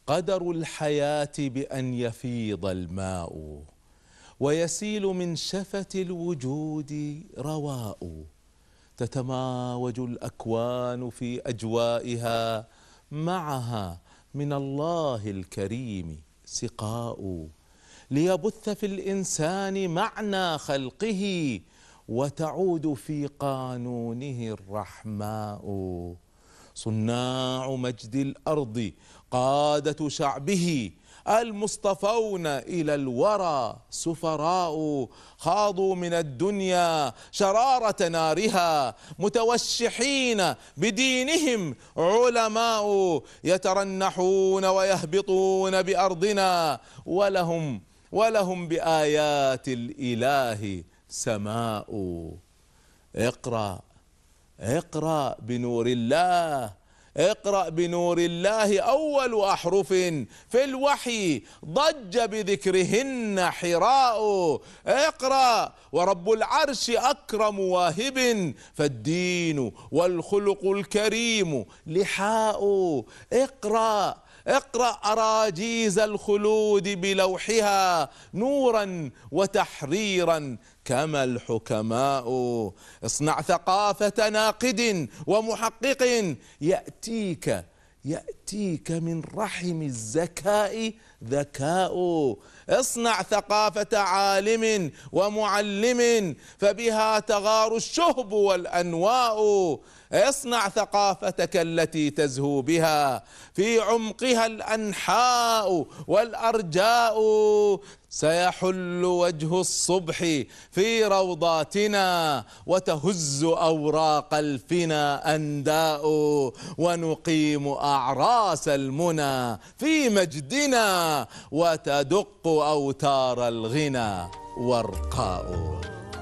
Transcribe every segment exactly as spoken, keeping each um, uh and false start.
قدر الحياة بأن يفيض الماء ويسيل من شفة الوجود رواء، تتماوج الأكوان في أجوائها معها من الله الكريم سقاء، ليبث في الإنسان معنى خلقه وتعود في قانونه الرحماء. صناع مجد الأرض قادة شعبه المصطفون إلى الورى سفراء، خاضوا من الدنيا شرارة نارها متوشحين بدينهم علماء، يترنحون ويهبطون بأرضنا ولهم ولهم بآيات الإله سماء. اقرأ اقرأ بنور الله، اقرأ بنور الله أول أحرف في الوحي ضج بذكرهن حراء. اقرأ ورب العرش أكرم واهب، فالدين والخلق الكريم لحاء. اقرأ اقرأ أراجيز الخلود بلوحها نورا وتحريرا كما الحكماء. اصنع ثقافة ناقد ومحقق يأتيك يأتيك من رحم الذكاء ذكاء. اصنع ثقافة عالم ومعلم فبها تغار الشهب والأنواء. اصنع ثقافتك التي تزهو بها في عمقها الأنحاء والأرجاء. سيحل وجه الصبح في روضاتنا وتهز أوراق الفنا أنداء، ونقيم أعراس المنى في مجدنا وتدق أوتار الغنى ورقاء.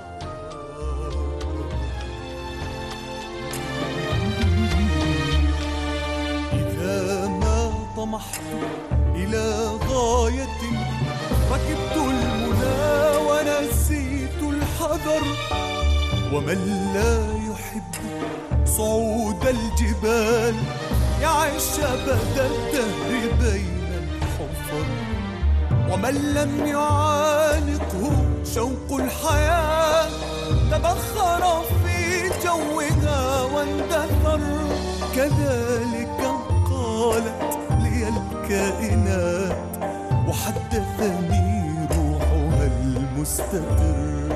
إذا ما طمحت إلى غاية ركبت المنى ونسيت الحذر، ومن لا يحب صعود الجبال يعيش أبد الدهر بين الحفر، ومن لم يعانقه شوق الحياة تبخر في جوها واندثر. كذلك قالت لي الكائنات وحدثني روحها المستقر.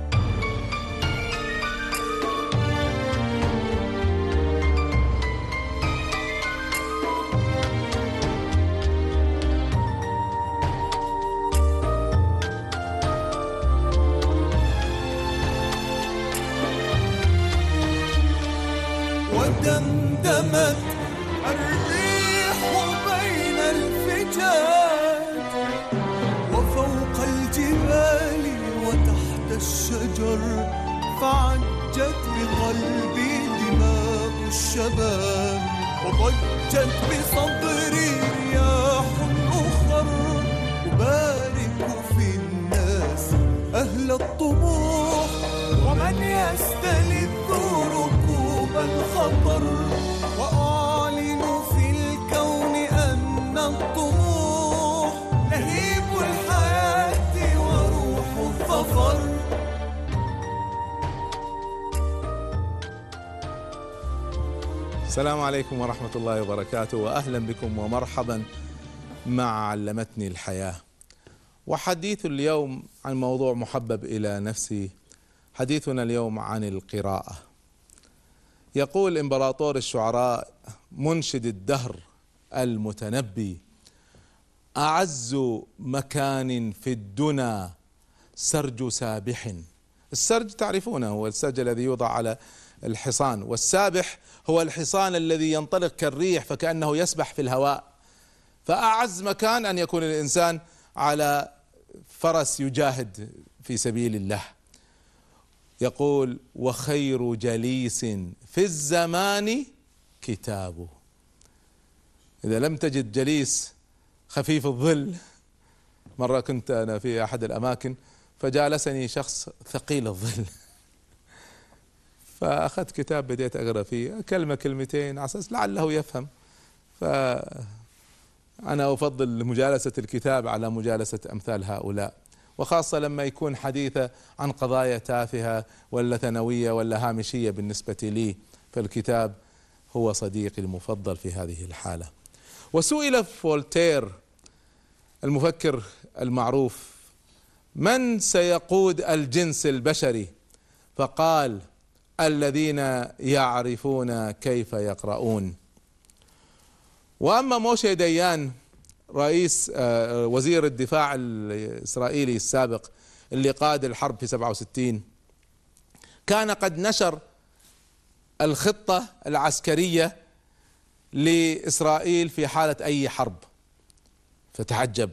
ودمدمت الريح بين الفجاج وفوق الجبال وتحت الشجر، فعجت بقلبي دماء الشباب وضجت بصدري رياح أخر. أبارك في الناس أهل الطموح ومن يستلذ ركوب الخطر، وأعلن في الكون أن الطموح لهيب الحياة وروح الظفر. السلام عليكم ورحمة الله وبركاته، وأهلا بكم ومرحبا مع علمتني الحياة. وحديث اليوم عن موضوع محبب إلى نفسي. حديثنا اليوم عن القراءة. يقول إمبراطور الشعراء منشد الدهر المتنبي: أعز مكان في الدنا سرج سابح. السرج تعرفونه، هو السرج الذي يوضع على الحصان، والسابح هو الحصان الذي ينطلق كالريح فكأنه يسبح في الهواء. فأعز مكان أن يكون الإنسان على فرس يجاهد في سبيل الله. يقول: وخير جليس في الزمان كتابه. إذا لم تجد جليس خفيف الظل، مرة كنت أنا في أحد الأماكن فجالسني شخص ثقيل الظل، فأخذت كتاب بديت أقرأ فيه كلمة كلمتين على أساس لعله يفهم، ف أنا أفضل مجالسة الكتاب على مجالسة أمثال هؤلاء، وخاصة لما يكون حديثة عن قضايا تافهة ولا ثانوية ولا هامشية بالنسبة لي، فالكتاب هو صديقي المفضل في هذه الحالة. وسئل فولتير المفكر المعروف: من سيقود الجنس البشري؟ فقال: الذين يعرفون كيف يقرؤون. وأما موشي ديان رئيس وزير الدفاع الإسرائيلي السابق اللي قاد الحرب في سبعة وستين، كان قد نشر الخطة العسكرية لإسرائيل في حالة أي حرب، فتعجب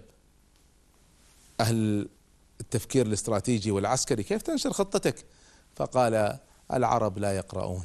أهل التفكير الاستراتيجي والعسكري: كيف تنشر خطتك؟ فقال: العرب لا يقرؤون.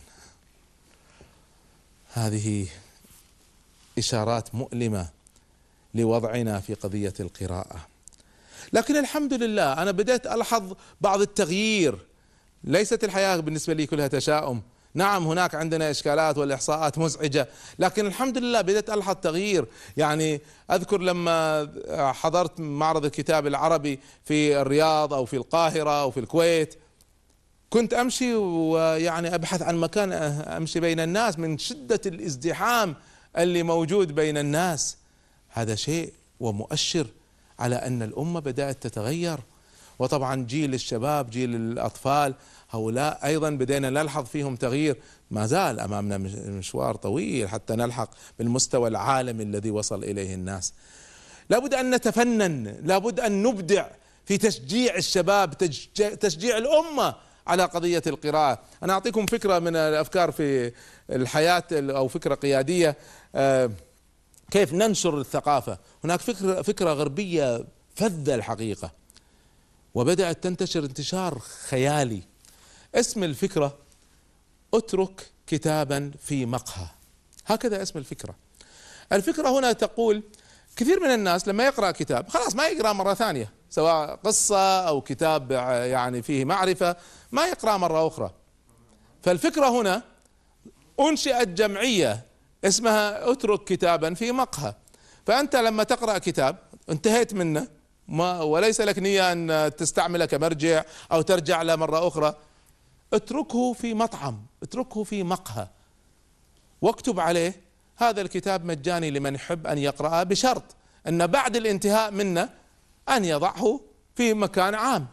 هذه إشارات مؤلمة لوضعنا في قضية القراءة. لكن الحمد لله أنا بدأت ألحظ بعض التغيير. ليست الحياة بالنسبة لي كلها تشاؤم، نعم هناك عندنا إشكالات والإحصاءات مزعجة، لكن الحمد لله بدأت ألحظ تغيير. يعني أذكر لما حضرت معرض الكتاب العربي في الرياض أو في القاهرة أو في الكويت، كنت أمشي ويعني أبحث عن مكان أمشي بين الناس من شدة الازدحام اللي موجود بين الناس. هذا شيء ومؤشر على أن الأمة بدأت تتغير. وطبعا جيل الشباب، جيل الأطفال، هؤلاء أيضا بدينا نلحظ فيهم تغيير. ما زال أمامنا مشوار طويل حتى نلحق بالمستوى العالمي الذي وصل إليه الناس. لابد أن نتفنن، لابد أن نبدع في تشجيع الشباب، تشجيع الأمة على قضية القراءة. أنا أعطيكم فكرة من الأفكار في الحياة أو فكرة قيادية كيف ننشر الثقافة. هناك فكرة فكرة غربية فذة الحقيقة، وبدأت تنتشر انتشار خيالي. اسم الفكرة: اترك كتابا في مقهى. هكذا اسم الفكرة. الفكرة هنا تقول كثير من الناس لما يقرأ كتاب خلاص ما يقرأ مرة ثانية، سواء قصة أو كتاب يعني فيه معرفة، ما يقرأ مرة أخرى. فالفكرة هنا أنشئت جمعية اسمها اترك كتابا في مقهى. فأنت لما تقرأ كتاب انتهيت منه ما وليس لك نية أن تستعمله كمرجع أو ترجع له مرة أخرى، اتركه في مطعم، اتركه في مقهى، واكتب عليه: هذا الكتاب مجاني لمن يحب أن يقرأه، بشرط أن بعد الانتهاء منه أن يضعه في مكان عام.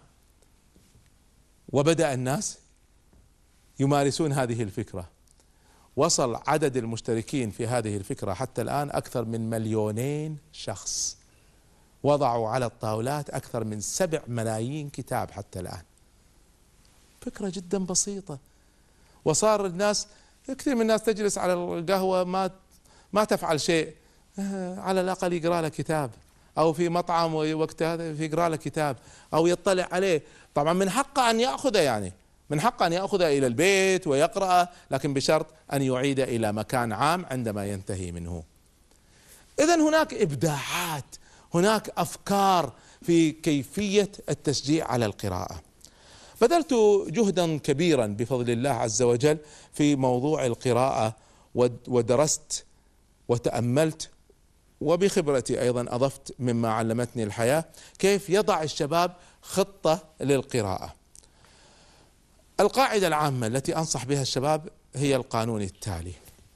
وبدأ الناس يمارسون هذه الفكرة. وصل عدد المشتركين في هذه الفكرة حتى الآن أكثر من مليونين شخص، وضعوا على الطاولات أكثر من سبع ملايين كتاب حتى الآن. فكرة جدا بسيطة. وصار الناس، كثير من الناس تجلس على القهوة ما ما تفعل شيء، على الأقل يقرأ له كتاب، أو في مطعم وقت هذا يقرأ له كتاب أو يطلع عليه. طبعا من حقه أن يأخذه، يعني من حقه أن يأخذه إلى البيت ويقرأه، لكن بشرط أن يعيد إلى مكان عام عندما ينتهي منه. إذن هناك إبداعات، هناك أفكار في كيفية التشجيع على القراءة. بذلت جهدا كبيرا بفضل الله عز وجل في موضوع القراءة، ودرست وتأملت، وبخبرتي أيضا أضفت مما علمتني الحياة كيف يضع الشباب خطة للقراءة. القاعدة العامة التي أنصح بها الشباب هي القانون التالي: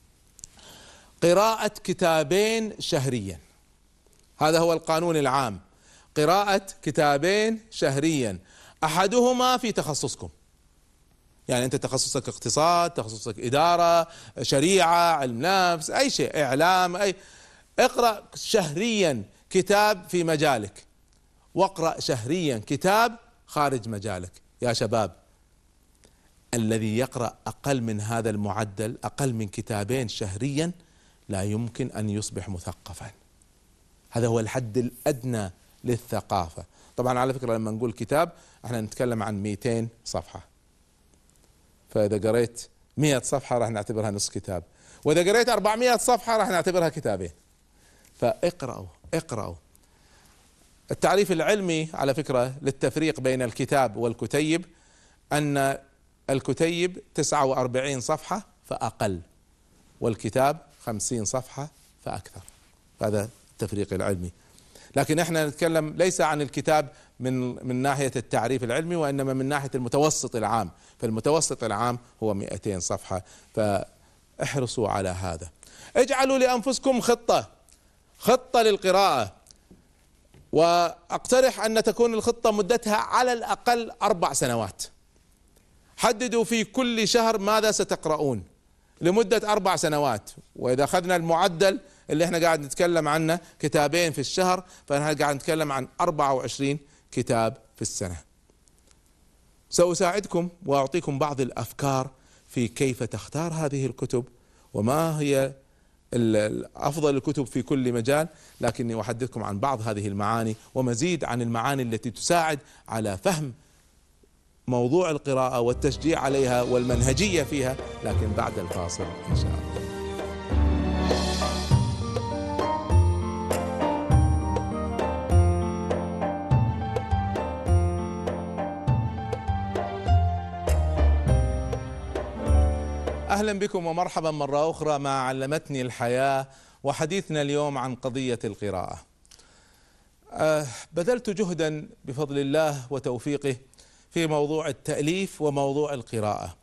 قراءة كتابين شهريا. هذا هو القانون العام، قراءة كتابين شهريا، أحدهما في تخصصكم. يعني أنت تخصصك اقتصاد، تخصصك إدارة، شريعة، علم نفس، أي شيء، إعلام، أي اقرأ شهريا كتاب في مجالك، واقرأ شهريا كتاب خارج مجالك. يا شباب، الذي يقرأ أقل من هذا المعدل، أقل من كتابين شهريا، لا يمكن أن يصبح مثقفا. هذا هو الحد الأدنى للثقافة. طبعا على فكرة لما نقول كتاب احنا نتكلم عن مئتين صفحة، فإذا قريت مئة صفحة راح نعتبرها نص كتاب، وإذا قريت أربعمئة صفحة راح نعتبرها كتابين. فاقرأوا اقرأوا. التعريف العلمي على فكرة للتفريق بين الكتاب والكتيب أن الكتيب تسعة وأربعين صفحة فأقل، والكتاب خمسين صفحة فأكثر. هذا التفريق العلمي. لكن احنا نتكلم ليس عن الكتاب من من ناحية التعريف العلمي، وإنما من ناحية المتوسط العام. فالمتوسط العام هو مئتين صفحة، فاحرصوا على هذا. اجعلوا لأنفسكم خطة خطة للقراءة، وأقترح أن تكون الخطة مدتها على الأقل أربع سنوات. حددوا في كل شهر ماذا ستقرؤون لمدة أربع سنوات، وإذا أخذنا المعدل اللي احنا قاعد نتكلم عنه كتابين في الشهر، فاحنا قاعد نتكلم عن أربعة وعشرين كتاب في السنة. سأساعدكم وأعطيكم بعض الأفكار في كيف تختار هذه الكتب وما هي أفضل الكتب في كل مجال، لكني أحدثكم عن بعض هذه المعاني ومزيد عن المعاني التي تساعد على فهم موضوع القراءة والتشجيع عليها والمنهجية فيها، لكن بعد الفاصل إن شاء الله. أهلا بكم ومرحبا مرة أخرى مع علمتني الحياة، وحديثنا اليوم عن قضية القراءة. أه بذلت جهدا بفضل الله وتوفيقه في موضوع التأليف وموضوع القراءة،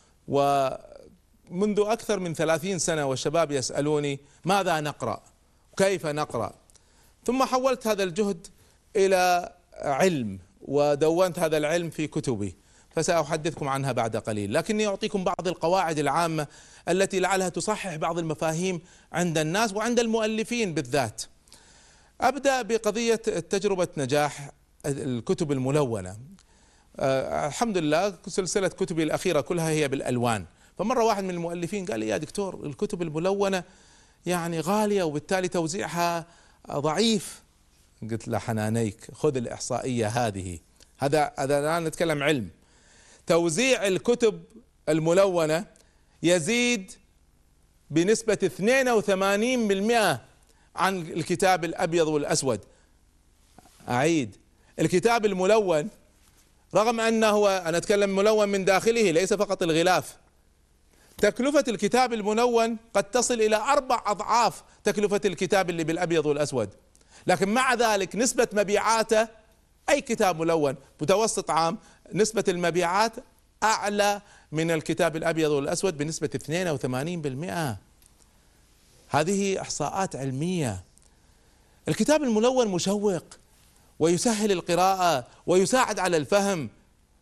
ومنذ أكثر من ثلاثين سنة والشباب يسألوني ماذا نقرأ؟ كيف نقرأ؟ ثم حولت هذا الجهد إلى علم ودونت هذا العلم في كتبي، فسأحدثكم عنها بعد قليل، لكني أعطيكم بعض القواعد العامة التي لعلها تصحح بعض المفاهيم عند الناس وعند المؤلفين بالذات. أبدأ بقضية تجربة نجاح الكتب الملونة. أه الحمد لله سلسلة كتبي الأخيرة كلها هي بالألوان، فمرة واحد من المؤلفين قال لي يا دكتور الكتب الملونة يعني غالية وبالتالي توزيعها ضعيف. قلت له حنانيك، خذ الإحصائية هذه، هذا هذا الآن نتكلم علم. توزيع الكتب الملونة يزيد بنسبة اثنين وثمانين بالمئة عن الكتاب الأبيض والأسود. أعيد، الكتاب الملون رغم أنه أنا أتكلم ملون من داخله ليس فقط الغلاف، تكلفة الكتاب الملون قد تصل إلى أربع أضعاف تكلفة الكتاب اللي بالأبيض والأسود، لكن مع ذلك نسبة مبيعاته أي كتاب ملون متوسط عام نسبة المبيعات أعلى من الكتاب الأبيض والأسود بنسبة اثنين وثمانين بالمئة. هذه إحصاءات علمية. الكتاب الملون مشوق ويسهل القراءة ويساعد على الفهم.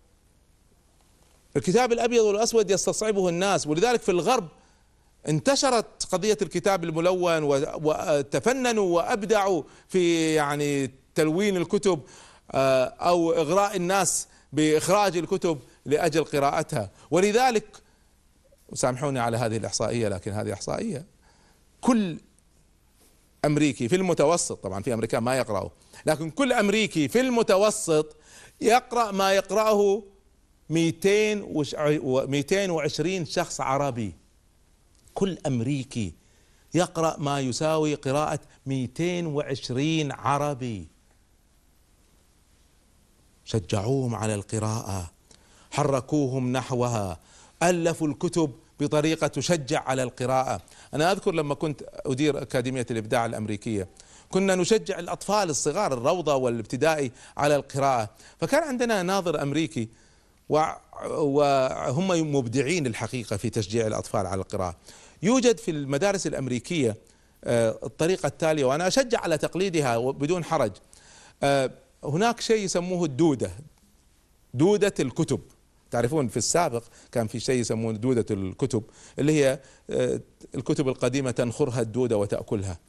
الكتاب الأبيض والأسود يستصعبه الناس، ولذلك في الغرب انتشرت قضية الكتاب الملون وتفننوا وأبدعوا في يعني تلوين الكتب أو إغراء الناس بإخراج الكتب لأجل قراءتها. ولذلك سامحوني على هذه الإحصائية، لكن هذه إحصائية، كل أمريكي في المتوسط، طبعا في أمريكان ما يقرأوا، لكن كل أمريكي في المتوسط يقرأ ما يقرأه مئتين وعشرين شخص عربي. كل أمريكي يقرأ ما يساوي قراءة مئتين وعشرين عربي. شجعوهم على القراءة، حركوهم نحوها، ألفوا الكتب بطريقة تشجع على القراءة. أنا أذكر لما كنت أدير أكاديمية الإبداع الأمريكية كنا نشجع الأطفال الصغار الروضة والابتدائي على القراءة، فكان عندنا ناظر أمريكي وهم مبدعين الحقيقة في تشجيع الأطفال على القراءة. يوجد في المدارس الأمريكية الطريقة التالية، وأنا أشجع على تقليدها بدون حرج. هناك شيء يسموه الدودة، دودة الكتب. تعرفون في السابق كان في شيء يسمونه دودة الكتب، اللي هي الكتب القديمة تنخرها الدودة وتأكلها،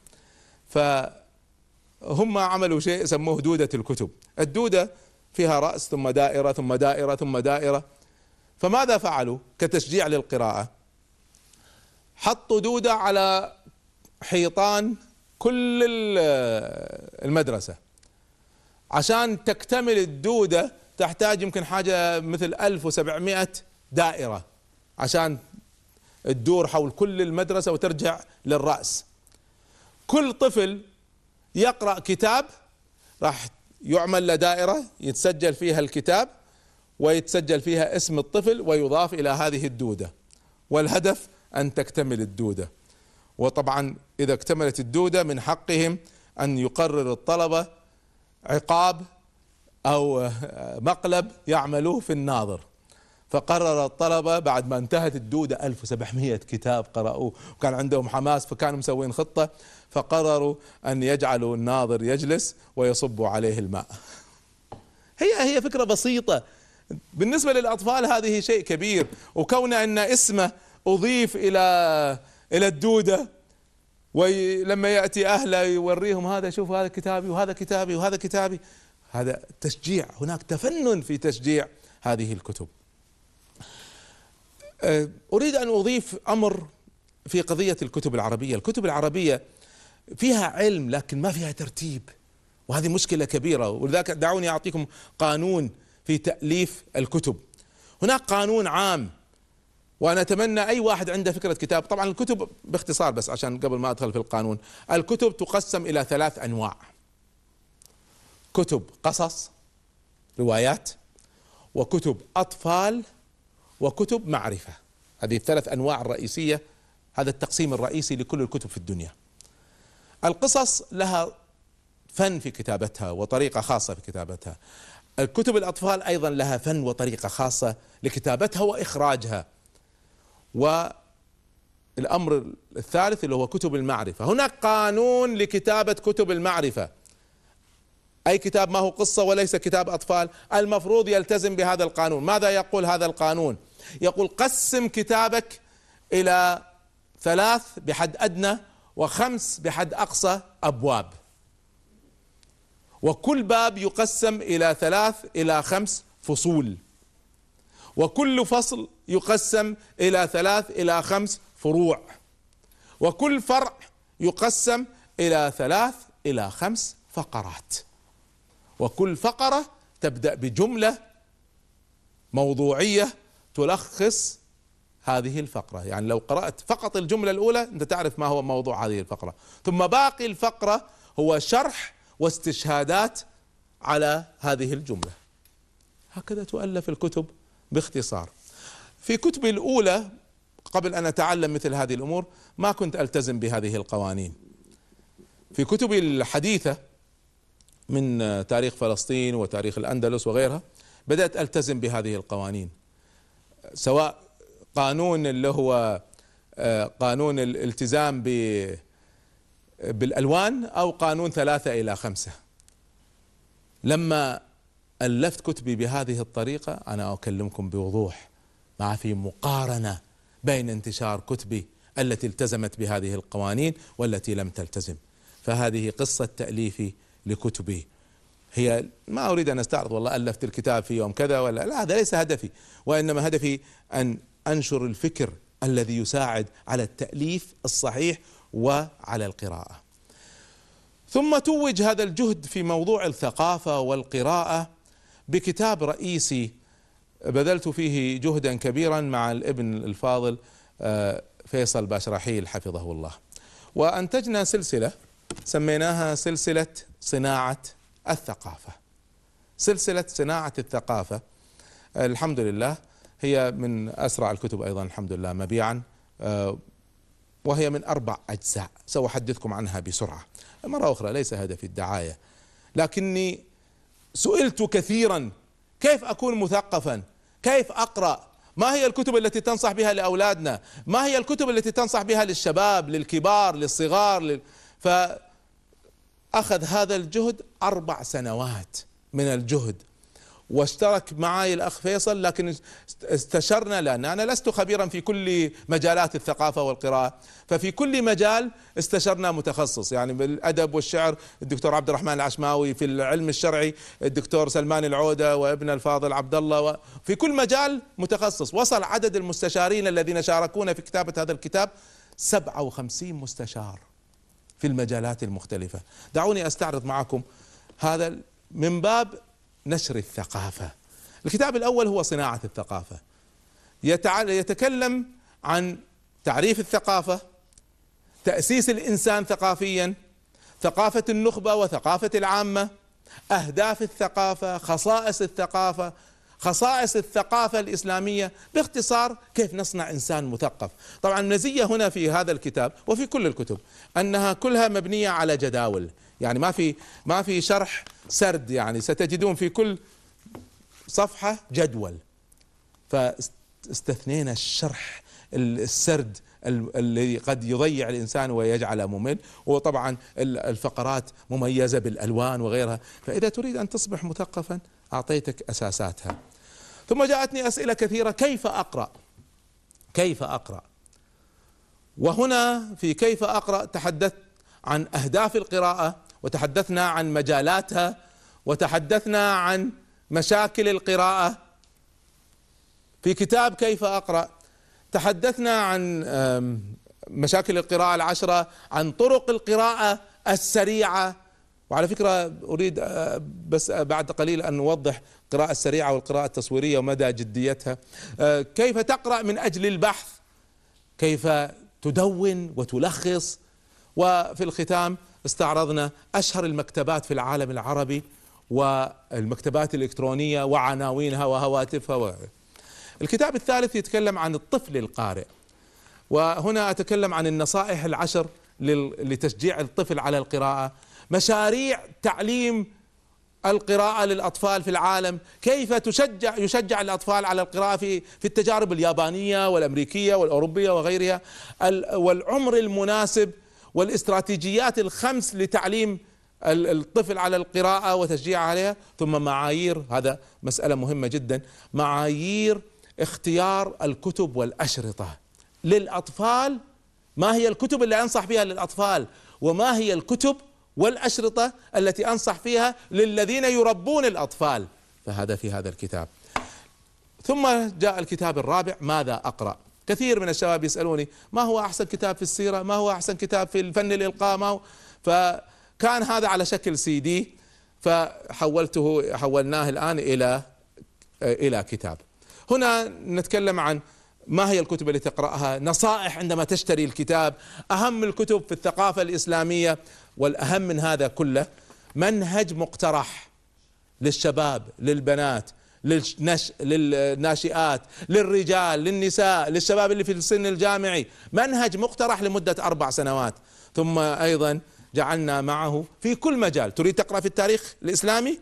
فهم عملوا شيء يسموه دودة الكتب. الدودة فيها رأس ثم دائرة ثم دائرة ثم دائرة، فماذا فعلوا كتشجيع للقراءة؟ حطوا دودة على حيطان كل المدرسة، عشان تكتمل الدودة تحتاج يمكن حاجة مثل ألف وسبعمائة دائرة عشان تدور حول كل المدرسة وترجع للرأس. كل طفل يقرأ كتاب راح يعمل له دائرة يتسجل فيها الكتاب ويتسجل فيها اسم الطفل ويضاف إلى هذه الدودة، والهدف أن تكتمل الدودة. وطبعا إذا اكتملت الدودة من حقهم أن يقرر الطلبة عقاب أو مقلب يعملوه في الناظر. فقرر الطلبة بعد ما انتهت الدودة ألف وسبعمائة كتاب قرأوه وكان عندهم حماس، فكانوا مسوين خطة، فقرروا أن يجعلوا الناظر يجلس ويصبوا عليه الماء. هي هي فكرة بسيطة بالنسبة للأطفال، هذه شيء كبير. وكون أن اسمه أضيف إلى إلى الدودة، ولما يأتي أهله يوريهم هذا، شوف هذا كتابي وهذا كتابي وهذا كتابي، هذا تشجيع. هناك تفنن في تشجيع هذه الكتب. أريد أن أضيف أمر في قضية الكتب العربية. الكتب العربية فيها علم لكن ما فيها ترتيب، وهذه مشكلة كبيرة. ولذلك دعوني أعطيكم قانون في تأليف الكتب. هناك قانون عام، وأنا أتمنى أي واحد عنده فكرة كتاب. طبعا الكتب باختصار بس عشان قبل ما أدخل في القانون، الكتب تقسم إلى ثلاث أنواع: كتب قصص روايات، وكتب أطفال، وكتب معرفة. هذه الثلاث أنواع الرئيسية، هذا التقسيم الرئيسي لكل الكتب في الدنيا. القصص لها فن في كتابتها وطريقة خاصة في كتابتها. الكتب الأطفال أيضا لها فن وطريقة خاصة لكتابتها وإخراجها. والأمر الثالث اللي هو كتب المعرفة، هناك قانون لكتابة كتب المعرفة. أي كتاب ما هو قصة وليس كتاب أطفال المفروض يلتزم بهذا القانون. ماذا يقول هذا القانون؟ يقول قسم كتابك إلى ثلاث بحد أدنى وخمس بحد أقصى أبواب، وكل باب يقسم إلى ثلاث إلى خمس فصول، وكل فصل يقسم إلى ثلاث إلى خمس فروع، وكل فرع يقسم إلى ثلاث إلى خمس فقرات، وكل فقرة تبدأ بجملة موضوعية تلخص هذه الفقرة. يعني لو قرأت فقط الجملة الأولى أنت تعرف ما هو موضوع هذه الفقرة، ثم باقي الفقرة هو شرح واستشهادات على هذه الجملة. هكذا تؤلف الكتب باختصار. في كتبي الأولى قبل أن أتعلم مثل هذه الأمور ما كنت ألتزم بهذه القوانين. في كتبي الحديثة من تاريخ فلسطين وتاريخ الأندلس وغيرها بدأت ألتزم بهذه القوانين، سواء قانون اللي هو قانون الالتزام بالألوان أو قانون ثلاثة إلى خمسة. لما ألفت كتبي بهذه الطريقة أنا أكلمكم بوضوح، ما في مقارنة بين انتشار كتبي التي التزمت بهذه القوانين والتي لم تلتزم. فهذه قصة تأليفي لكتبي. هي ما أريد أن أستعرض والله ألفت الكتاب في يوم كذا ولا لا، هذا ليس هدفي، وإنما هدفي أن أنشر الفكر الذي يساعد على التأليف الصحيح وعلى القراءة. ثم توج هذا الجهد في موضوع الثقافة والقراءة بكتاب رئيسي بذلت فيه جهدا كبيرا مع الابن الفاضل فيصل باشرحيل حفظه الله، وأنتجنا سلسلة سميناها سلسلة صناعة الثقافة. سلسلة صناعة الثقافة الحمد لله هي من أسرع الكتب أيضا الحمد لله مبيعا، وهي من أربع أجزاء سأحدثكم عنها بسرعة. مرة أخرى ليس هدفي الدعاية، لكني سئلت كثيرا كيف أكون مثقفا، كيف أقرأ، ما هي الكتب التي تنصح بها لأولادنا، ما هي الكتب التي تنصح بها للشباب للكبار للصغار لل... فأخذ هذا الجهد أربع سنوات من الجهد، واشترك معي الأخ فيصل، لكن استشرنا لأن أنا لست خبيرا في كل مجالات الثقافة والقراءة، ففي كل مجال استشرنا متخصص. يعني بالأدب والشعر الدكتور عبد الرحمن العشماوي، في العلم الشرعي الدكتور سلمان العودة وابن الفاضل عبد الله، في كل مجال متخصص. وصل عدد المستشارين الذين شاركونا في كتابة هذا الكتاب سبعة وخمسين مستشار في المجالات المختلفة. دعوني أستعرض معكم هذا من باب نشر الثقافة. الكتاب الأول هو صناعة الثقافة، يتكلم عن تعريف الثقافة، تأسيس الإنسان ثقافيا، ثقافة النخبة وثقافة العامة، أهداف الثقافة، خصائص الثقافة، خصائص الثقافة الإسلامية، باختصار كيف نصنع إنسان مثقف. طبعا المزية هنا في هذا الكتاب وفي كل الكتب أنها كلها مبنية على جداول، يعني ما في ما في شرح سرد، يعني ستجدون في كل صفحة جدول، فاستثنينا الشرح السرد الذي قد يضيع الإنسان ويجعله ممل، وطبعا الفقرات مميزة بالألوان وغيرها. فإذا تريد أن تصبح مثقفا أعطيتك أساساتها. ثم جاءتني أسئلة كثيرة: كيف أقرأ؟ كيف أقرأ؟ وهنا في كيف أقرأ تحدثت عن أهداف القراءة، وتحدثنا عن مجالاتها، وتحدثنا عن مشاكل القراءة. في كتاب كيف أقرأ تحدثنا عن مشاكل القراءة العشرة، عن طرق القراءة السريعة. وعلى فكرة أريد بس بعد قليل أن نوضح القراءة السريعة والقراءة التصويرية ومدى جديتها. كيف تقرأ من أجل البحث، كيف تدون وتلخص. وفي الختام استعرضنا أشهر المكتبات في العالم العربي والمكتبات الإلكترونية وعناوينها وهواتفها و... الكتاب الثالث يتكلم عن الطفل القارئ، وهنا أتكلم عن النصائح العشر لتشجيع الطفل على القراءة، مشاريع تعليم القراءة للأطفال في العالم، كيف تشجع يشجع الأطفال على القراءة في في التجارب اليابانية والأمريكية والأوروبية وغيرها، والعمر المناسب، والاستراتيجيات الخمس لتعليم الطفل على القراءة وتشجيع عليها. ثم معايير، هذا مسألة مهمة جدا، معايير اختيار الكتب والأشرطة للأطفال. ما هي الكتب اللي أنصح بها للأطفال، وما هي الكتب والأشرطة التي أنصح فيها للذين يربون الأطفال، فهذا في هذا الكتاب. ثم جاء الكتاب الرابع: ماذا أقرأ؟ كثير من الشباب يسألوني: ما هو أحسن كتاب في السيرة؟ ما هو أحسن كتاب في الفن الإلقاء؟ ما هو؟ فكان هذا على شكل سي دي، فحولته حولناه الآن إلى إلى كتاب. هنا نتكلم عن ما هي الكتب اللي تقرأها، نصائح عندما تشتري الكتاب، أهم الكتب في الثقافة الإسلامية، والأهم من هذا كله منهج مقترح للشباب، للبنات، للنش... للناشئات، للرجال، للنساء، للشباب اللي في السن الجامعي، منهج مقترح لمدة أربع سنوات. ثم أيضا جعلنا معه في كل مجال. تريد تقرأ في التاريخ الإسلامي،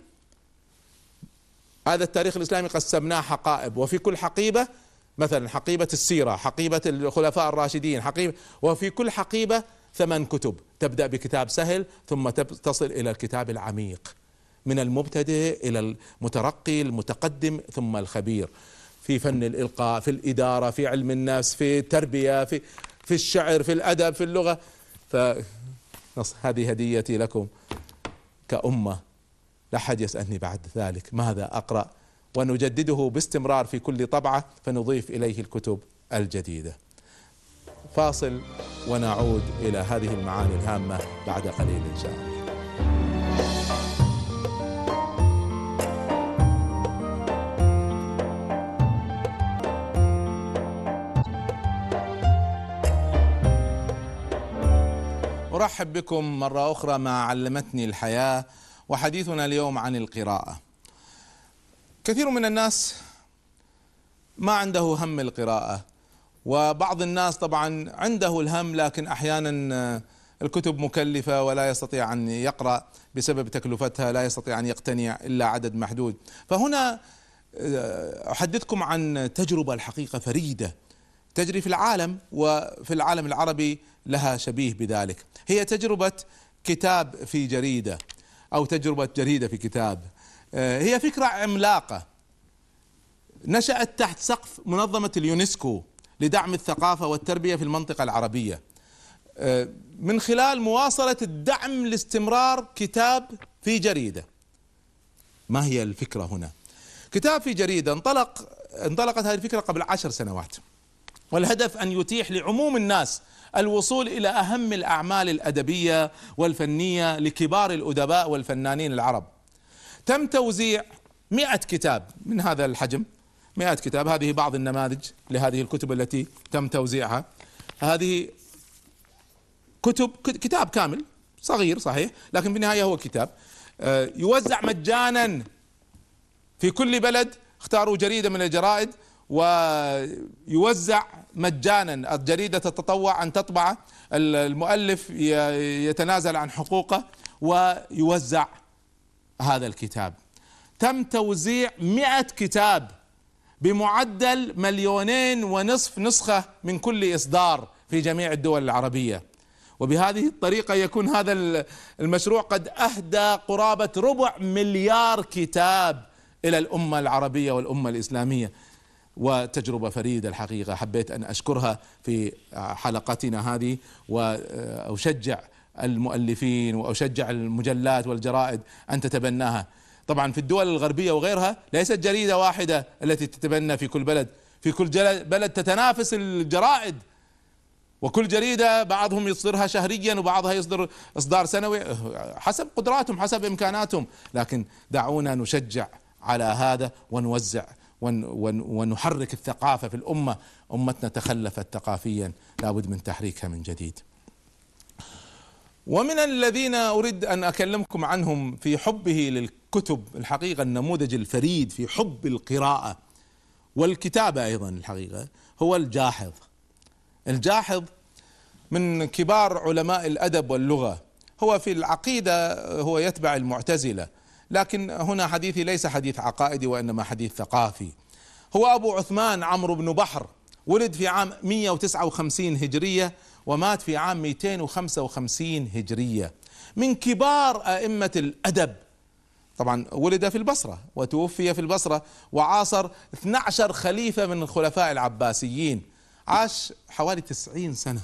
هذا التاريخ الإسلامي قسمناه حقائب، وفي كل حقيبة مثلا حقيبة السيرة، حقيبة الخلفاء الراشدين، حقيبة، وفي كل حقيبة ثمان كتب. تبدأ بكتاب سهل ثم تصل إلى الكتاب العميق، من المبتدئ إلى المترقي المتقدم ثم الخبير، في فن الإلقاء، في الإدارة، في علم النفس، في التربية، في في الشعر، في الأدب، في اللغة. فهذه هديتي لكم كأمة. لا أحد يسألني بعد ذلك ماذا أقرأ، ونجدده باستمرار في كل طبعة، فنضيف إليه الكتب الجديدة. فاصل ونعود إلى هذه المعاني الهامة بعد قليل إن شاء الله. أرحب بكم مرة أخرى مع علمتني الحياة، وحديثنا اليوم عن القراءة. كثير من الناس ما عنده هم القراءة، وبعض الناس طبعا عنده الهم، لكن أحيانا الكتب مكلفة ولا يستطيع أن يقرأ بسبب تكلفتها، لا يستطيع أن يقتنع إلا عدد محدود. فهنا أحدثكم عن تجربة الحقيقة فريدة تجري في العالم، وفي العالم العربي لها شبيه بذلك. هي تجربة كتاب في جريدة، أو تجربة جريدة في كتاب. هي فكرة عملاقة نشأت تحت سقف منظمة اليونسكو لدعم الثقافة والتربية في المنطقة العربية، من خلال مواصلة الدعم لاستمرار كتاب في جريدة. ما هي الفكرة هنا؟ كتاب في جريدة انطلق انطلقت هذه الفكرة قبل عشر سنوات، والهدف أن يتيح لعموم الناس الوصول إلى أهم الأعمال الأدبية والفنية لكبار الأدباء والفنانين العرب. تم توزيع مئة كتاب من هذا الحجم، مئة كتاب. هذه بعض النماذج لهذه الكتب التي تم توزيعها. هذه كتب، كتاب كامل صغير صحيح، لكن في النهاية هو كتاب يوزع مجانا في كل بلد. اختاروا جريدة من الجرائد ويوزع مجانا. الجريدة تتطوع أن تطبع، المؤلف يتنازل عن حقوقه ويوزع هذا الكتاب. تم توزيع مئة كتاب بمعدل مليونين ونصف نسخة من كل إصدار في جميع الدول العربية. وبهذه الطريقة يكون هذا المشروع قد أهدى قرابة ربع مليار كتاب إلى الأمة العربية والأمة الإسلامية، وتجربة فريدة الحقيقة. حبيت أن أشكرها في حلقتنا هذه، وأشجع المؤلفين وأشجع المجلات والجرائد أن تتبناها. طبعا في الدول الغربية وغيرها ليست جريدة واحدة التي تتبنى في كل بلد، في كل بلد تتنافس الجرائد، وكل جريدة بعضهم يصدرها شهريا وبعضها يصدر إصدار سنوي حسب قدراتهم حسب إمكاناتهم. لكن دعونا نشجع على هذا ونوزع ونحرك الثقافة في الأمة. أمتنا تخلفت ثقافيا، لابد من تحريكها من جديد. ومن الذين أريد أن أكلمكم عنهم في حبه للكتب الحقيقة النموذج الفريد في حب القراءة والكتابة أيضا الحقيقة هو الجاحظ. الجاحظ من كبار علماء الأدب واللغة، هو في العقيدة هو يتبع المعتزلة، لكن هنا حديثي ليس حديث عقائدي وإنما حديث ثقافي. هو أبو عثمان عمرو بن بحر، ولد في عام مئة وتسعة وخمسين هجرية ومات في عام مئتين وخمسة وخمسين هجرية، من كبار أئمة الأدب. طبعا ولد في البصرة وتوفي في البصرة، وعاصر اثني عشر خليفة من الخلفاء العباسيين، عاش حوالي تسعين سنة.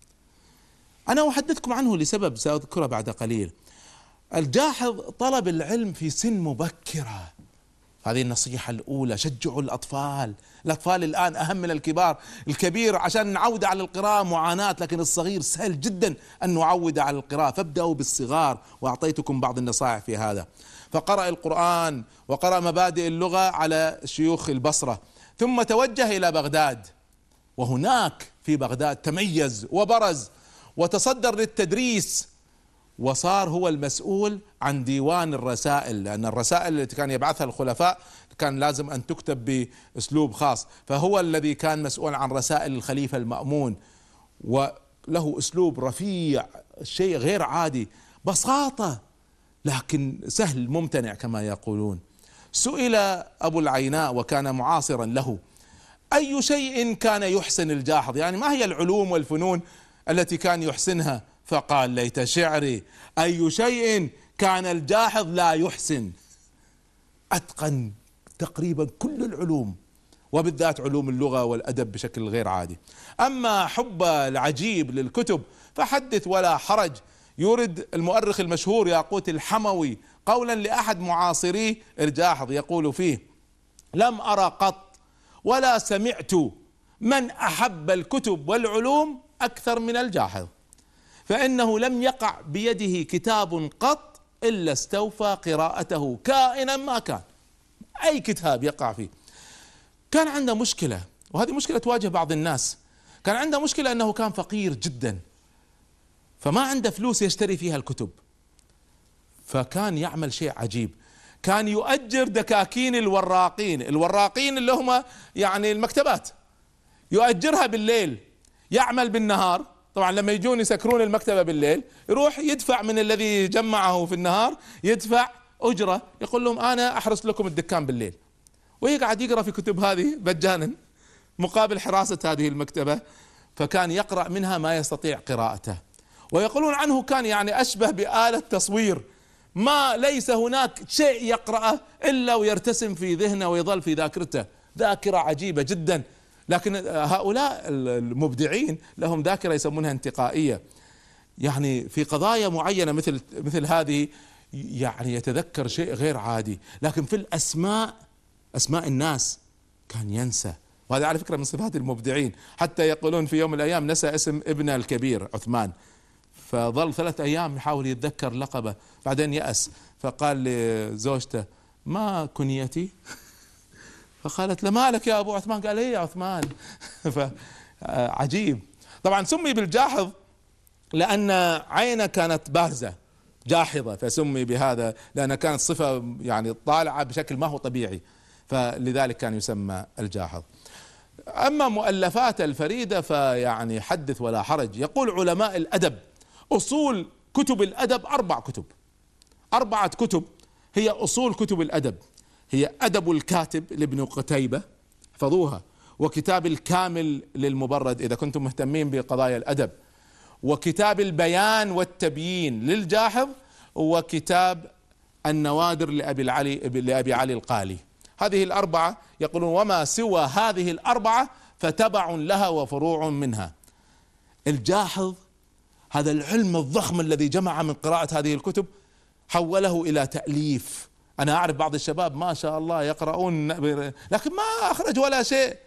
أنا أحدثكم عنه لسبب سأذكره بعد قليل. الجاحظ طلب العلم في سن مبكرة، هذه النصيحة الأولى. شجعوا الأطفال، الأطفال الآن أهم من الكبار. الكبير عشان نعود على القراءة معاناة، لكن الصغير سهل جدا أن نعود على القراءة، فابدأوا بالصغار، وأعطيتكم بعض النصائح في هذا. فقرأ القرآن وقرأ مبادئ اللغة على شيوخ البصرة، ثم توجه إلى بغداد، وهناك في بغداد تميز وبرز وتصدر للتدريس، وصار هو المسؤول عن ديوان الرسائل، لأن الرسائل التي كان يبعثها الخلفاء كان لازم أن تكتب بأسلوب خاص، فهو الذي كان مسؤول عن رسائل الخليفة المأمون، وله أسلوب رفيع، شيء غير عادي، بساطة لكن سهل ممتنع كما يقولون. سئل أبو العيناء وكان معاصرا له: أي شيء كان يحسن الجاحظ؟ يعني ما هي العلوم والفنون التي كان يحسنها؟ فقال: ليت شعري، أي شيء كان الجاحظ لا يحسن. أتقن تقريبا كل العلوم، وبالذات علوم اللغة والأدب بشكل غير عادي. أما حب العجيب للكتب فحدث ولا حرج. يورد المؤرخ المشهور ياقوت الحموي قولا لأحد معاصريه الجاحظ، يقول فيه: لم أرى قط ولا سمعت من أحب الكتب والعلوم أكثر من الجاحظ، فإنه لم يقع بيده كتاب قط إلا استوفى قراءته كائنا ما كان، أي كتاب يقع فيه. كان عنده مشكلة، وهذه مشكلة تواجه بعض الناس. كان عنده مشكلة أنه كان فقير جدا، فما عنده فلوس يشتري فيها الكتب، فكان يعمل شيء عجيب. كان يؤجر دكاكين الوراقين، الوراقين اللي هم يعني المكتبات، يؤجرها بالليل، يعمل بالنهار. طبعا لما يجون يسكرون المكتبة بالليل يروح يدفع من الذي جمعه في النهار، يدفع أجرة، يقول لهم أنا أحرس لكم الدكان بالليل، ويقعد يقرأ في كتب هذه مجانا مقابل حراسة هذه المكتبة. فكان يقرأ منها ما يستطيع قراءته، ويقولون عنه كان يعني أشبه بآلة تصوير، ما ليس هناك شيء يقرأه إلا ويرتسم في ذهنه ويظل في ذاكرته، ذاكرة عجيبة جدا. لكن هؤلاء المبدعين لهم ذاكرة يسمونها انتقائية، يعني في قضايا معينة مثل مثل هذه يعني يتذكر شيء غير عادي، لكن في الأسماء، أسماء الناس كان ينسى. وهذا على فكرة من صفات المبدعين، حتى يقولون في يوم من الأيام نسى اسم ابنه الكبير عثمان، فظل ثلاث أيام يحاول يتذكر لقبه، بعدين يأس، فقال لزوجته: ما كنيتي؟ فقالت له: مالك يا أبو عثمان؟ قال: إيه يا عثمان. فعجيب. طبعا سمي بالجاحظ لأن عينه كانت بارزة جاحظة، فسمي بهذا لأن كانت صفة يعني طالعة بشكل ما هو طبيعي، فلذلك كان يسمى الجاحظ. أما مؤلفات الفريدة فيعني حدث ولا حرج. يقول علماء الأدب أصول كتب الأدب أربع كتب، أربعة كتب هي أصول كتب الأدب، هي أدب الكاتب لابن قتيبة، احفظوها، وكتاب الكامل للمبرد إذا كنتم مهتمين بقضايا الأدب، وكتاب البيان والتبيين للجاحظ، وكتاب النوادر لأبي العلي لأبي علي القالي. هذه الأربعة يقولون وما سوى هذه الأربعة فتبع لها وفروع منها. الجاحظ هذا العلم الضخم الذي جمع من قراءة هذه الكتب حوله إلى تأليف. أنا أعرف بعض الشباب ما شاء الله يقرؤون لكن ما أخرج ولا شيء،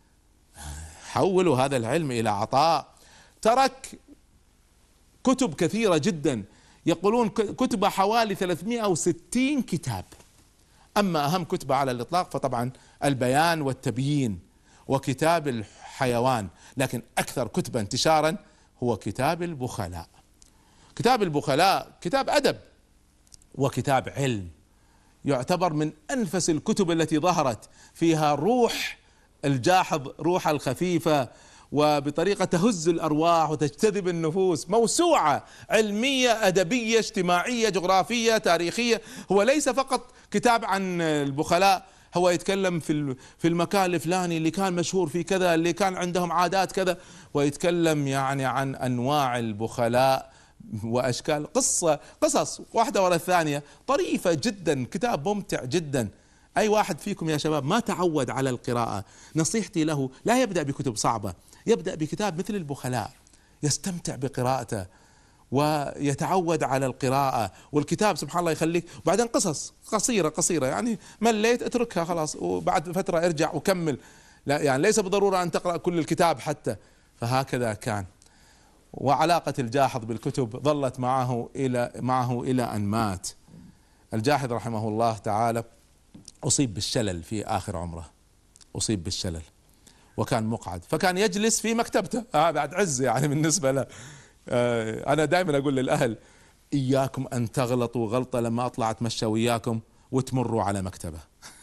حولوا هذا العلم إلى عطاء. ترك كتب كثيرة جدا، يقولون كتب حوالي ثلاثمائة وستين كتاب. أما أهم كتب على الإطلاق فطبعا البيان والتبيين وكتاب الحيوان، لكن أكثر كتب انتشارا هو كتاب البخلاء. كتاب البخلاء كتاب أدب وكتاب علم، يعتبر من أنفس الكتب التي ظهرت فيها روح الجاحظ، روح الخفيفة، وبطريقة تهز الأرواح وتجتذب النفوس، موسوعة علمية أدبية اجتماعية جغرافية تاريخية. هو ليس فقط كتاب عن البخلاء، هو يتكلم في في المكان الفلاني اللي كان مشهور في كذا، اللي كان عندهم عادات كذا، ويتكلم يعني عن أنواع البخلاء وأشكال، قصة قصص واحدة ورا الثانية طريفة جدا، كتاب ممتع جدا. أي واحد فيكم يا شباب ما تعود على القراءة، نصيحتي له لا يبدأ بكتب صعبة، يبدأ بكتاب مثل البخلاء يستمتع بقراءته ويتعود على القراءة، والكتاب سبحان الله يخليك. وبعدين قصص قصيرة قصيرة، يعني مليت اتركها خلاص وبعد فترة ارجع وكمل، لا يعني ليس بالضرورة أن تقرأ كل الكتاب حتى. فهكذا كان. وعلاقة الجاحظ بالكتب ظلت معه إلى معه إلى أن مات. الجاحظ رحمه الله تعالى أصيب بالشلل في آخر عمره، أصيب بالشلل وكان مقعد، فكان يجلس في مكتبته، آه بعد عز يعني بالنسبة له. آه أنا دائما أقول للأهل إياكم أن تغلطوا غلطة لما أطلع أتمشى وياكم وتمروا على مكتبة،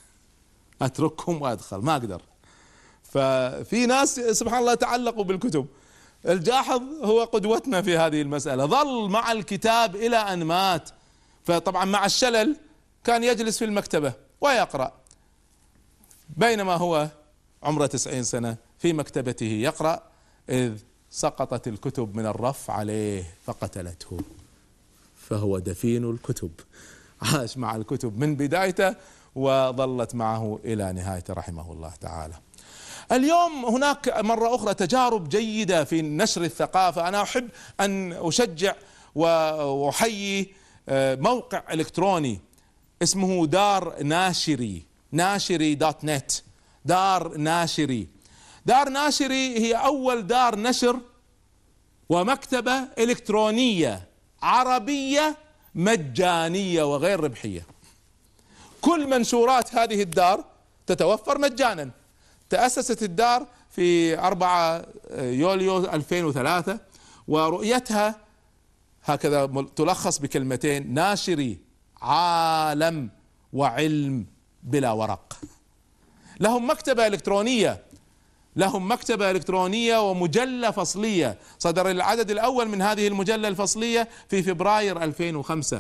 أترككم وأدخل، ما أقدر. ففي ناس سبحان الله تعلقوا بالكتب. الجاحظ هو قدوتنا في هذه المسألة، ظل مع الكتاب إلى أن مات. فطبعا مع الشلل كان يجلس في المكتبة ويقرأ، بينما هو عمره تسعين سنة في مكتبته يقرأ إذ سقطت الكتب من الرف عليه فقتلته، فهو دفين الكتب، عاش مع الكتب من بدايته وظلت معه إلى نهايته رحمه الله تعالى. اليوم هناك مرة أخرى تجارب جيدة في نشر الثقافة. أنا أحب أن أشجع وأحيي موقع إلكتروني اسمه دار ناشري، ناشري دوت نت، دار ناشري. دار ناشري هي أول دار نشر ومكتبة إلكترونية عربية مجانية وغير ربحية. كل منشورات هذه الدار تتوفر مجانا. تأسست الدار في أربعة يوليو ألفين وثلاثة، ورؤيتها هكذا تلخص بكلمتين: ناشري عالم وعلم بلا ورق. لهم مكتبة إلكترونية، لهم مكتبة إلكترونية ومجلة فصلية. صدر العدد الأول من هذه المجلة الفصلية في فبراير ألفين وخمسة.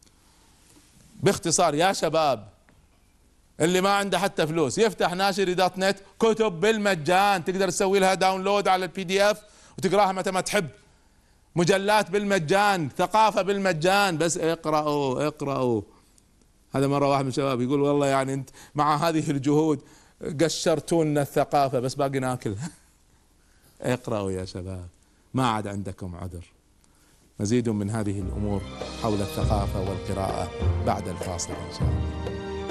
باختصار يا شباب، اللي ما عنده حتى فلوس يفتح ناشري دوت نت، كتب بالمجان، تقدر تسوي لها داونلود على البي دي اف وتقراها متى ما تحب، مجلات بالمجان، ثقافة بالمجان، بس اقرأوا اقرأوا. هذا مرة واحد من الشباب يقول والله يعني انت مع هذه الجهود قشرتونا الثقافة بس باقي ناكل. اقرأوا يا شباب، ما عاد عندكم عذر. مزيد من هذه الأمور حول الثقافة والقراءة بعد الفاصل إن شاء الله.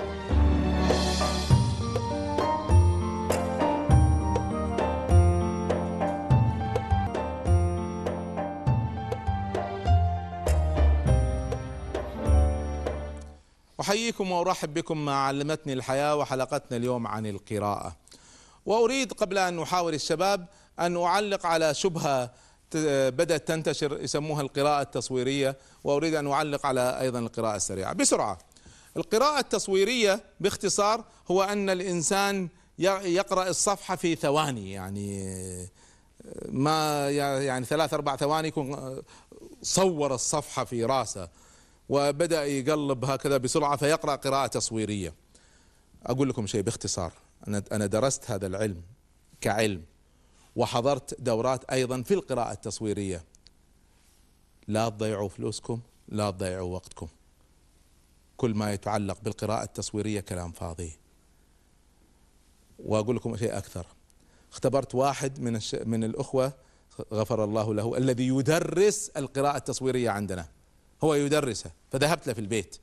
أحييكم وأرحب بكم مع علمتني الحياة وحلقتنا اليوم عن القراءة. وأريد قبل أن أحاور الشباب أن أعلق على شبهة بدأت تنتشر يسموها القراءة التصويرية، وأريد أن أعلق على أيضا القراءة السريعة بسرعة. القراءة التصويرية باختصار هو أن الإنسان يقرأ الصفحة في ثواني، يعني ما يعني ثلاث أربع ثواني يكون صور الصفحة في راسه وبدأ يقلب هكذا بسرعة فيقرأ قراءة تصويرية. أقول لكم شيء باختصار، أنا أنا درست هذا العلم كعلم وحضرت دورات أيضا في القراءة التصويرية. لا تضيعوا فلوسكم، لا تضيعوا وقتكم. كل ما يتعلق بالقراءة التصويرية كلام فاضي. وأقول لكم شيء أكثر، اختبرت واحد من الش... من الأخوة غفر الله له الذي يدرس القراءة التصويرية عندنا، هو يدرسها، فذهبت له في البيت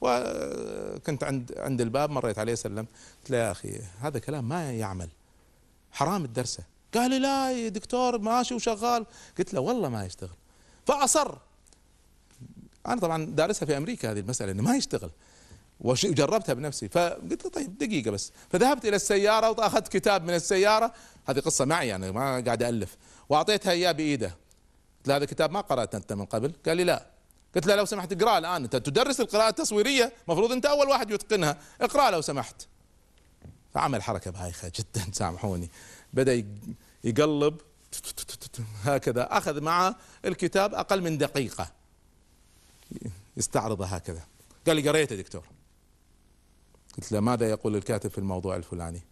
وكنت عند عند الباب، مريت عليه سلمت، قلت له يا أخي هذا كلام ما يعمل، حرام الدرسة. قال لي لا يا دكتور ماشي وشغال. قلت له والله ما يشتغل. فأصر. أنا طبعا دارسها في أمريكا هذه المسألة إنه ما يشتغل، وجربتها بنفسي. فقلت له طيب دقيقة بس، فذهبت إلى السيارة وأخذت كتاب من السيارة، هذه قصة معي يعني ما قاعد ألف، وأعطيتها إياه بإيده. قلت له هذا الكتاب ما قرأته أنت من قبل؟ قال لي لا. قلت له لو سمحت اقرأ الآن، أنت تدرس القراءة التصويرية، مفروض أنت أول واحد يتقنها، اقرأ لو سمحت. فعمل حركة بايخة جدا سامحوني، بدأ يقلب هكذا، أخذ معه الكتاب أقل من دقيقة يستعرضه هكذا. قال لي قريته دكتور. قلت له ماذا يقول الكاتب في الموضوع الفلاني؟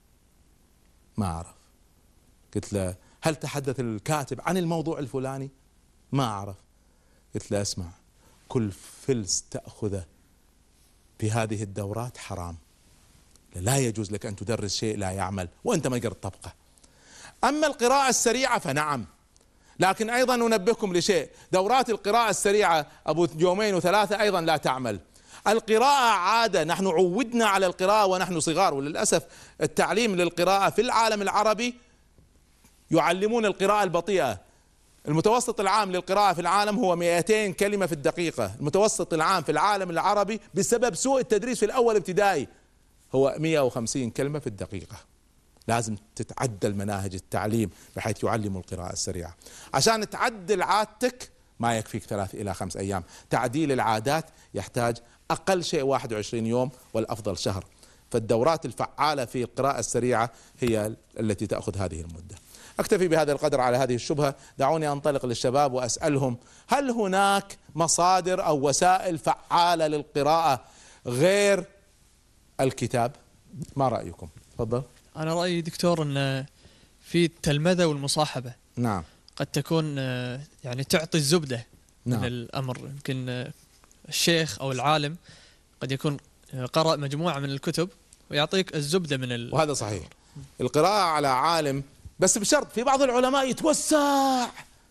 ما أعرف. قلت له هل تحدث الكاتب عن الموضوع الفلاني؟ ما أعرف. قلت له اسمع، كل فلس تأخذه في هذه الدورات حرام، لا يجوز لك أن تدرس شيء لا يعمل وأنت ما قرأت طبقه. أما القراءة السريعة فنعم، لكن أيضا ننبهكم لشيء، دورات القراءة السريعة أبو يومين وثلاثة أيضا لا تعمل. القراءة عادة، نحن عودنا على القراءة ونحن صغار، وللأسف التعليم للقراءة في العالم العربي يعلمون القراءة البطيئة. المتوسط العام للقراءة في العالم هو مئتين كلمة في الدقيقة، المتوسط العام في العالم العربي بسبب سوء التدريس في الأول ابتدائي هو مئة وخمسين كلمة في الدقيقة. لازم تتعدل مناهج التعليم بحيث يعلموا القراءة السريعة. عشان تعدل عادتك ما يكفيك ثلاث إلى خمس أيام، تعديل العادات يحتاج أقل شيء واحد وعشرين يوم والأفضل شهر. فالدورات الفعالة في القراءة السريعة هي التي تأخذ هذه المدة. أكتفي بهذا القدر على هذه الشبهة. دعوني أنطلق للشباب وأسألهم، هل هناك مصادر أو وسائل فعالة للقراءة غير الكتاب؟ ما رأيكم؟ تفضل. أنا رأيي دكتور أن في التلمذة والمصاحبة نعم قد تكون يعني تعطي الزبدة نعم. من الأمر. يمكن الشيخ أو العالم قد يكون قرأ مجموعة من الكتب ويعطيك الزبدة من ال... وهذا صحيح. القراءة على عالم بس بشرط، في بعض العلماء يتوسع،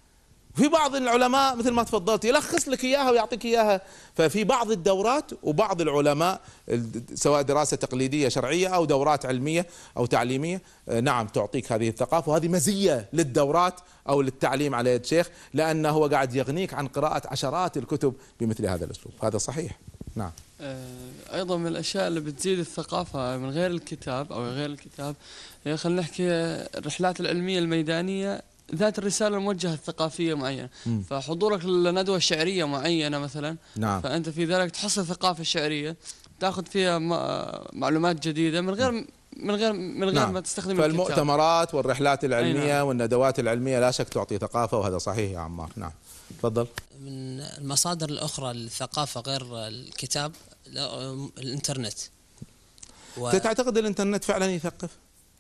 في بعض العلماء مثل ما تفضلت يلخص لك إياها ويعطيك إياها. ففي بعض الدورات وبعض العلماء سواء دراسة تقليدية شرعية أو دورات علمية أو تعليمية نعم تعطيك هذه الثقافة، وهذه مزية للدورات أو للتعليم على يد شيخ، لأنه هو قاعد يغنيك عن قراءة عشرات الكتب بمثل هذا الأسلوب. هذا صحيح. نعم. أيضا من الأشياء اللي بتزيد الثقافة من غير الكتاب أو غير الكتاب، خلينا نحكي الرحلات العلمية الميدانية ذات الرسالة الموجهة الثقافية معينة. م. فحضورك لندوة شعرية معينة مثلا، نعم. فأنت في ذلك تحصل الثقافة الشعرية، تأخذ فيها معلومات جديدة من غير من غير من غير نعم. ما تستخدم فالمؤتمرات الكتاب. والرحلات العلمية نعم. والندوات العلمية لا شك تعطي ثقافة، وهذا صحيح يا عمار. نعم تفضل. من المصادر الأخرى للثقافة غير الكتاب الإنترنت. و... تعتقد الإنترنت فعلا يثقف؟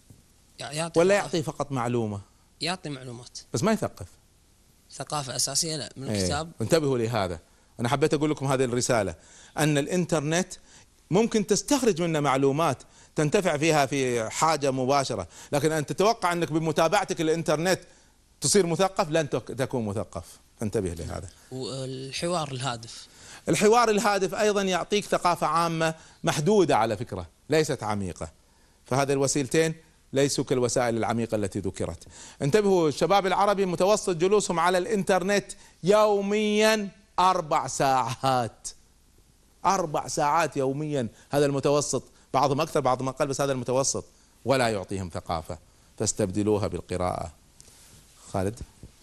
يعطي ولا يعطي فقط معلومة؟ يعطي معلومات بس ما يثقف. ثقافة أساسية لا من ايه. الكتاب. انتبهوا لهذا، أنا حبيت أقول لكم هذه الرسالة، أن الإنترنت ممكن تستخرج منه معلومات تنتفع فيها في حاجة مباشرة، لكن أن تتوقع أنك بمتابعتك الإنترنت تصير مثقف، لن تكون مثقف. انتبه لهذا. والحوار الهادف، الحوار الهادف أيضا يعطيك ثقافة عامة محدودة على فكرة، ليست عميقة. فهذه الوسيلتين ليسوا كالوسائل العميقة التي ذكرت. انتبهوا، الشباب العربي متوسط جلوسهم على الإنترنت يوميا أربع ساعات. أربع ساعات يوميا، هذا المتوسط، بعضهم أكثر بعضهم أقل، بس هذا المتوسط، ولا يعطيهم ثقافة، فاستبدلوها بالقراءة. خالد.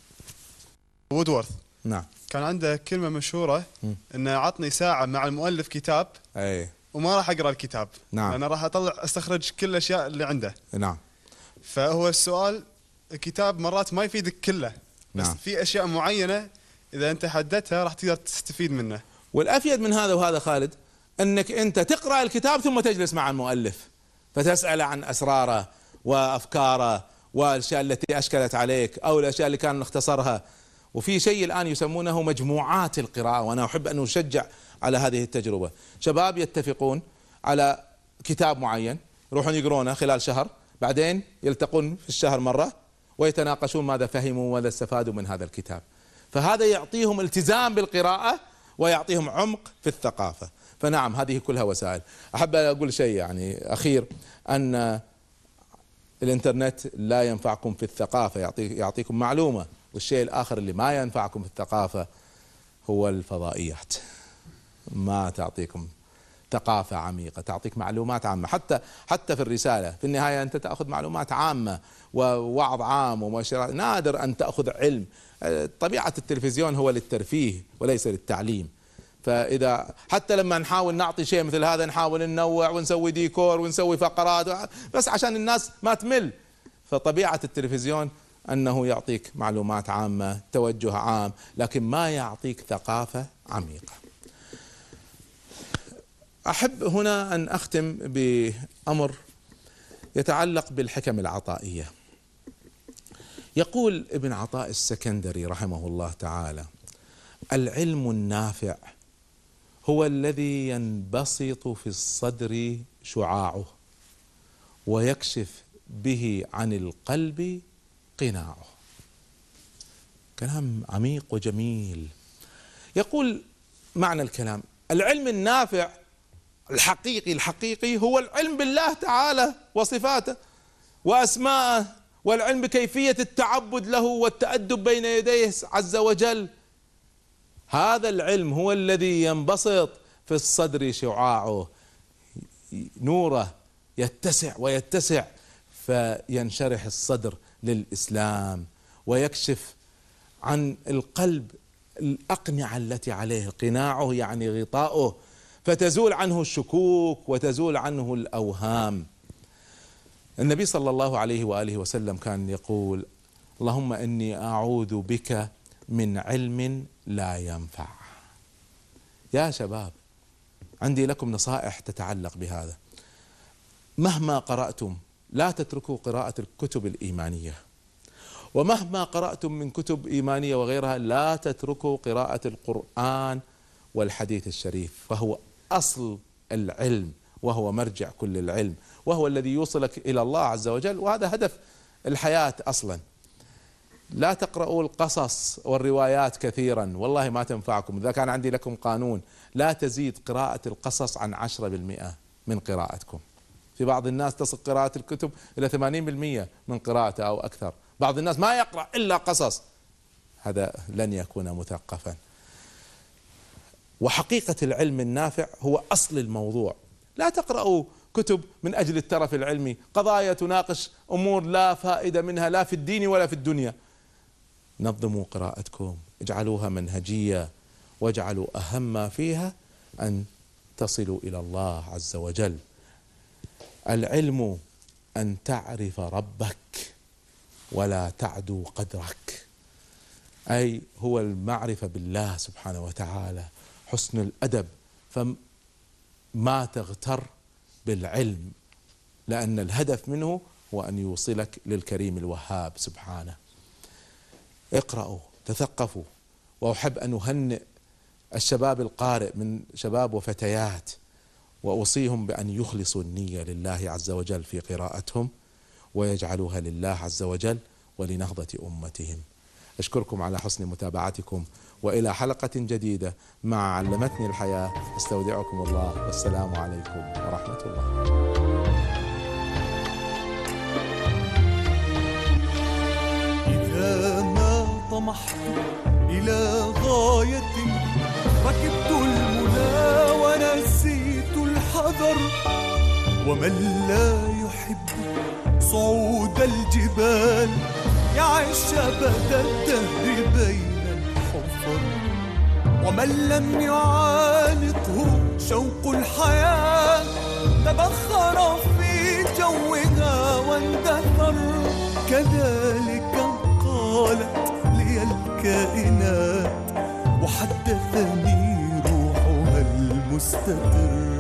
وودورث نعم كان عنده كلمة مشهورة، انه عطني ساعة مع المؤلف كتاب، أي. وما راح اقرا الكتاب. نعم. انا راح اطلع استخرج كل الاشياء اللي عنده. نعم. فهو السؤال، الكتاب مرات ما يفيدك كله، بس نعم. في اشياء معينه اذا انت حددتها راح تقدر تستفيد منه. والافيد من هذا وهذا خالد انك انت تقرا الكتاب ثم تجلس مع المؤلف فتسأل عن اسراره وافكاره والاشياء التي اشكلت عليك او الاشياء اللي كان اختصرها. وفي شيء الان يسمونه مجموعات القراءه، وانا احب ان اشجع على هذه التجربه. شباب يتفقون على كتاب معين يروحون يقرونه خلال شهر، بعدين يلتقون في الشهر مره ويتناقشون ماذا فهموا وماذا استفادوا من هذا الكتاب. فهذا يعطيهم التزام بالقراءه ويعطيهم عمق في الثقافه. فنعم هذه كلها وسائل. احب اقول شيء يعني اخير، ان الانترنت لا ينفعكم في الثقافه، يعطيك يعطيكم معلومه، والشيء الاخر اللي ما ينفعكم في الثقافه هو الفضائيات. ما تعطيكم ثقافه عميقه، تعطيك معلومات عامه. حتى حتى في الرساله في النهايه انت تاخذ معلومات عامه ووعظ عام ومؤشرات، نادر ان تاخذ علم. طبيعه التلفزيون هو للترفيه وليس للتعليم. فاذا حتى لما نحاول نعطي شيء مثل هذا نحاول ننوع ونسوي ديكور ونسوي فقرات بس عشان الناس ما تمل. فطبيعه التلفزيون انه يعطيك معلومات عامه، توجه عام، لكن ما يعطيك ثقافه عميقه. احب هنا ان اختم بامر يتعلق بالحكم العطائيه. يقول ابن عطاء السكندري رحمه الله تعالى: العلم النافع هو الذي ينبسط في الصدر شعاعه ويكشف به عن القلب قناعه. كلام عميق وجميل. يقول معنى الكلام: العلم النافع الحقيقي الحقيقي هو العلم بالله تعالى وصفاته وأسماءه، والعلم بكيفية التعبد له والتأدب بين يديه عز وجل. هذا العلم هو الذي ينبسط في الصدر شعاعه، نوره يتسع ويتسع فينشرح الصدر للإسلام ويكشف عن القلب الأقنعة التي عليه. قناعه يعني غطاؤه، فتزول عنه الشكوك وتزول عنه الأوهام. النبي صلى الله عليه وآله وسلم كان يقول: اللهم إني أعوذ بك من علم لا ينفع. يا شباب عندي لكم نصائح تتعلق بهذا. مهما قرأتم لا تتركوا قراءة الكتب الإيمانية، ومهما قرأتم من كتب إيمانية وغيرها لا تتركوا قراءة القرآن والحديث الشريف، فهو أصل العلم وهو مرجع كل العلم وهو الذي يوصلك إلى الله عز وجل، وهذا هدف الحياة أصلا. لا تقرأوا القصص والروايات كثيرا، والله ما تنفعكم. إذا كان عندي لكم قانون: لا تزيد قراءة القصص عن عشرة بالمئة من قراءتكم. في بعض الناس تصل قراءة الكتب إلى ثمانين بالمئة من قراءته أو أكثر. بعض الناس ما يقرأ إلا قصص، هذا لن يكون مثقفا. وحقيقة العلم النافع هو أصل الموضوع. لا تقرأوا كتب من أجل الترف العلمي، قضايا تناقش أمور لا فائدة منها لا في الدين ولا في الدنيا. نظموا قراءتكم، اجعلوها منهجية، واجعلوا أهم ما فيها أن تصلوا إلى الله عز وجل. العلم أن تعرف ربك ولا تعدو قدرك، أي هو المعرفة بالله سبحانه وتعالى، حسن الأدب. فما تغتر بالعلم، لأن الهدف منه هو أن يوصلك للكريم الوهاب سبحانه. اقرأوا، تثقفوا. وأحب أن أهنئ الشباب القارئ من شباب وفتيات، وأوصيهم بأن يخلصوا النية لله عز وجل في قراءتهم ويجعلوها لله عز وجل ولنهضة أمتهم. أشكركم على حسن متابعتكم، وإلى حلقة جديدة مع علمتني الحياة. استودعكم الله، والسلام عليكم ورحمة الله. إذا ما طمحت إلى غاية ركبت المنى ونسيت الحذر، ومن لا يحب صعود الجبال يعيش أبد الدهر بين الحفر، ومن لم يعانقه شوق الحياة تبخر في جوها واندثر. كذلك قالت لي الكائنات وحدثني روحها المستتر.